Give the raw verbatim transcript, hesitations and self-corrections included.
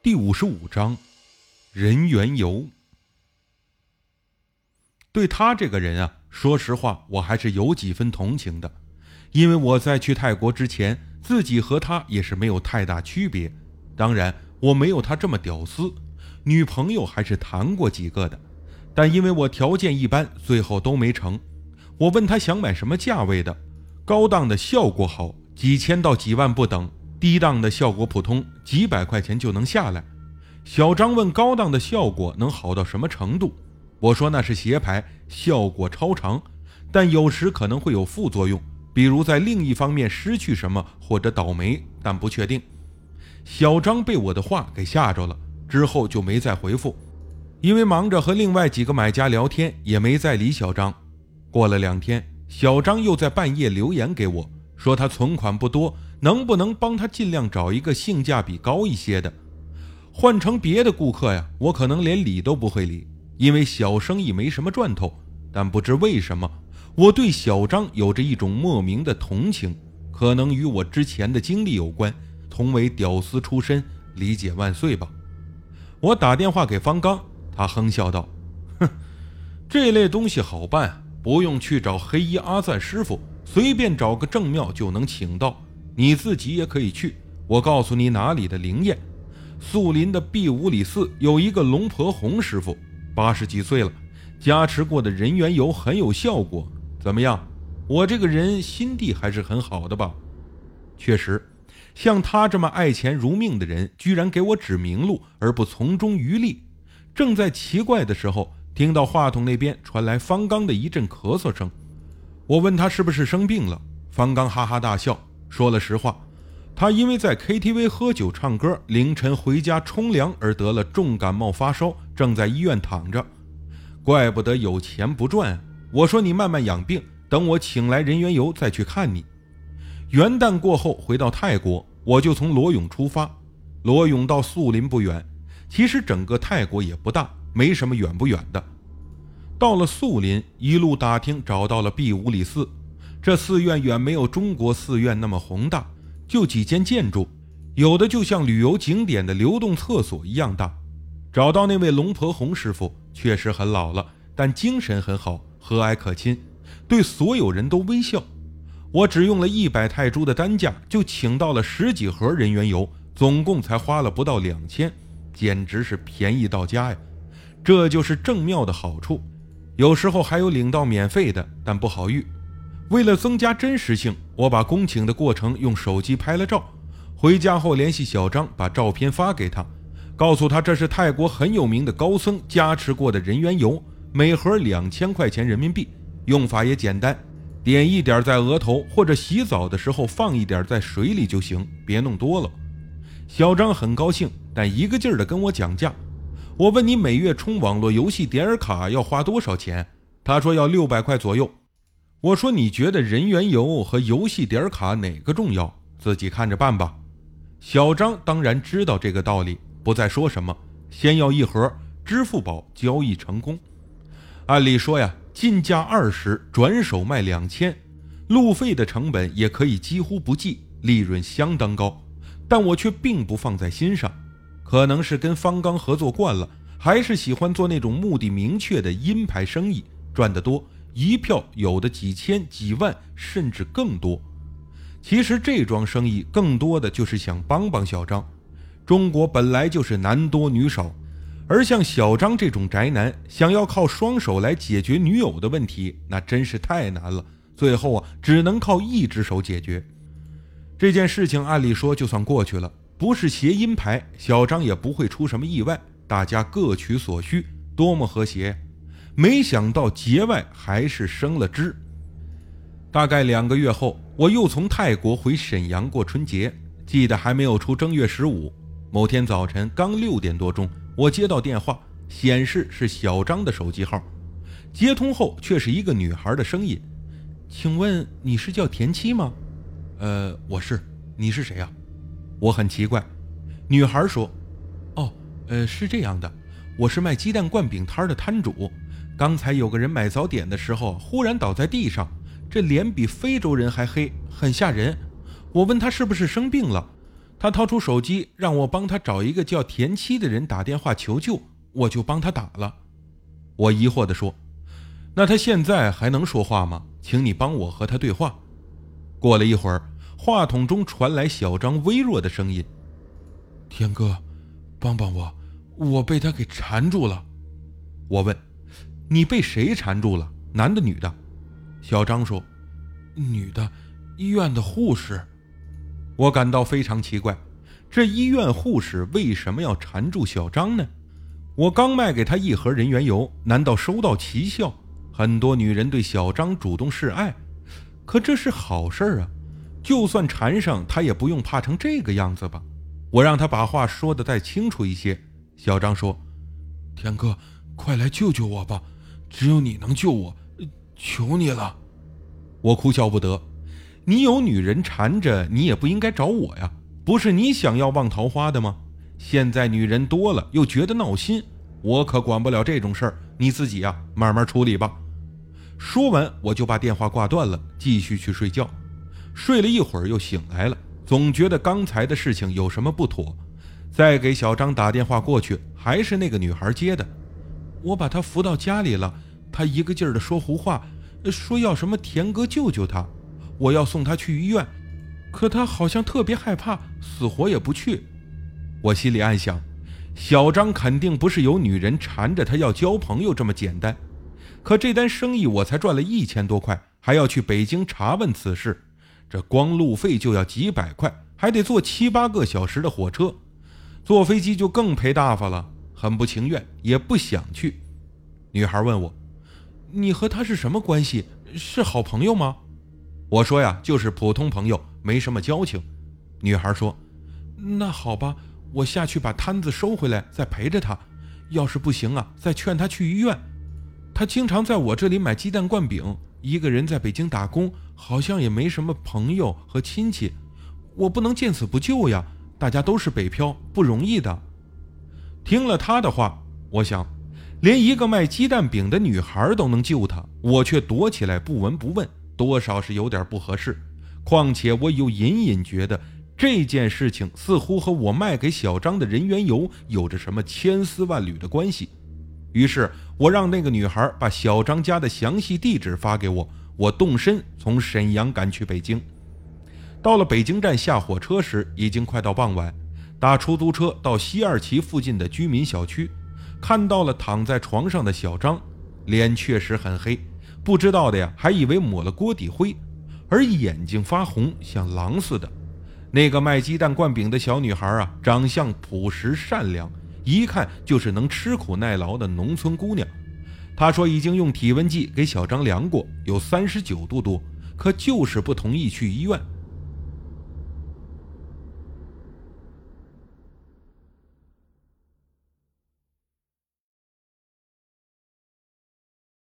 第五十五章，人缘游。对他这个人啊，说实话我还是有几分同情的，因为我在去泰国之前，自己和他也是没有太大区别。当然我没有他这么屌丝，女朋友还是谈过几个的，但因为我条件一般，最后都没成。我问他想买什么价位的，高档的效果好，几千到几万不等，低档的效果普通，几百块钱就能下来。小张问高档的效果能好到什么程度，我说那是鞋牌，效果超长，但有时可能会有副作用，比如在另一方面失去什么或者倒霉，但不确定。小张被我的话给吓着了，之后就没再回复，因为忙着和另外几个买家聊天，也没再理小张。过了两天，小张又在半夜留言给我，说他存款不多，能不能帮他尽量找一个性价比高一些的。换成别的顾客呀，我可能连理都不会理，因为小生意没什么赚头。但不知为什么，我对小张有着一种莫名的同情，可能与我之前的经历有关，同为屌丝出身，理解万岁吧。我打电话给方刚，他哼笑道，哼，这类东西好办，不用去找黑衣阿赞师傅，随便找个正庙就能请到，你自己也可以去，我告诉你哪里的灵验。肃林的碧五里寺有一个龙婆红师傅，八十几岁了，加持过的人缘油很有效果，怎么样？我这个人心地还是很好的吧？确实，像他这么爱钱如命的人，居然给我指明路而不从中渔利。正在奇怪的时候，听到话筒那边传来方刚的一阵咳嗽声。我问他是不是生病了，方刚哈哈大笑，说了实话，他因为在 K T V 喝酒唱歌，凌晨回家冲凉而得了重感冒发烧，正在医院躺着。怪不得有钱不赚，我说你慢慢养病，等我请来人缘游再去看你。元旦过后回到泰国，我就从罗涌出发。罗涌到肃林不远，其实整个泰国也不大，没什么远不远的。到了肃林，一路打听找到了碧五里寺。这寺院远没有中国寺院那么宏大，就几间建筑，有的就像旅游景点的流动厕所一样大。找到那位龙婆红师傅，确实很老了，但精神很好，和蔼可亲，对所有人都微笑。我只用了一百泰铢的单价，就请到了十几盒人缘油，总共才花了不到两千，简直是便宜到家呀！这就是正庙的好处，有时候还有领到免费的，但不好遇。为了增加真实性，我把恭请的过程用手机拍了照，回家后联系小张，把照片发给他，告诉他这是泰国很有名的高僧加持过的人缘油，每盒两千块钱人民币，用法也简单，点一点在额头，或者洗澡的时候放一点在水里就行，别弄多了。小张很高兴，但一个劲儿地跟我讲价。我问你每月充网络游戏点儿卡要花多少钱？他说要六百块左右。我说你觉得人缘油和游戏点儿卡哪个重要？自己看着办吧。小张当然知道这个道理，不再说什么，先要一盒，支付宝交易成功。按理说呀，进价二十，转手卖两千，路费的成本也可以几乎不计，利润相当高，但我却并不放在心上。可能是跟方刚合作惯了，还是喜欢做那种目的明确的阴牌生意，赚得多，一票有的几千几万甚至更多。其实这桩生意更多的就是想帮帮小张。中国本来就是男多女少，而像小张这种宅男想要靠双手来解决女友的问题，那真是太难了，最后啊只能靠一只手解决。这件事情按理说就算过去了，不是谐音牌，小张也不会出什么意外，大家各取所需，多么和谐。没想到节外还是生了枝。大概两个月后，我又从泰国回沈阳过春节，记得还没有出正月十五。某天早晨刚六点多钟，我接到电话，显示是小张的手机号，接通后却是一个女孩的声音。请问你是叫田七吗？呃，我是，你是谁啊？我很奇怪。女孩说，哦，呃，是这样的，我是卖鸡蛋灌饼摊的摊主，刚才有个人买早点的时候忽然倒在地上，这脸比非洲人还黑，很吓人。我问他是不是生病了， 他掏出手机让我帮他找一个叫田七的人打电话求救，我就帮他打了。我疑惑地说，那他现在还能说话吗？请你帮我和他对话。过了一会儿，话筒中传来小张微弱的声音，天哥，帮帮我，我被他给缠住了。我问，你被谁缠住了？男的女的？小张说，女的，医院的护士。我感到非常奇怪，这医院护士为什么要缠住小张呢？我刚卖给他一盒人缘油，难道收到奇效？很多女人对小张主动示爱，可这是好事啊，就算缠上他也不用怕成这个样子吧。我让他把话说得再清楚一些。小张说，天哥，快来救救我吧，只有你能救我，求你了。我哭笑不得，你有女人缠着你也不应该找我呀，不是你想要望桃花的吗？现在女人多了又觉得闹心，我可管不了这种事儿，你自己啊慢慢处理吧。说完我就把电话挂断了，继续去睡觉。睡了一会儿又醒来了，总觉得刚才的事情有什么不妥，再给小张打电话过去，还是那个女孩接的。我把她扶到家里了，她一个劲儿地说胡话，说要什么田哥救救她，我要送她去医院，可她好像特别害怕，死活也不去。我心里暗想，小张肯定不是有女人缠着他要交朋友这么简单，可这单生意我才赚了一千多块，还要去北京查问此事，这光路费就要几百块，还得坐七八个小时的火车，坐飞机就更赔大发了，很不情愿，也不想去。女孩问我，你和他是什么关系？是好朋友吗？我说呀，就是普通朋友，没什么交情。女孩说，那好吧，我下去把摊子收回来，再陪着他，要是不行啊，再劝他去医院。他经常在我这里买鸡蛋灌饼，一个人在北京打工，好像也没什么朋友和亲戚，我不能见死不救呀，大家都是北漂，不容易的。听了他的话，我想连一个卖鸡蛋饼的女孩都能救他，我却躲起来不闻不问，多少是有点不合适。况且我又隐隐觉得这件事情似乎和我卖给小张的人缘油有着什么千丝万缕的关系。于是我让那个女孩把小张家的详细地址发给我，我动身从沈阳赶去北京。到了北京站下火车时，已经快到傍晚，打出租车到西二旗附近的居民小区，看到了躺在床上的小张，脸确实很黑，不知道的呀还以为抹了锅底灰，而眼睛发红，像狼似的。那个卖鸡蛋灌饼的小女孩啊，长相朴实善良，一看就是能吃苦耐劳的农村姑娘。她说已经用体温计给小张量过，有三十九度多，可就是不同意去医院，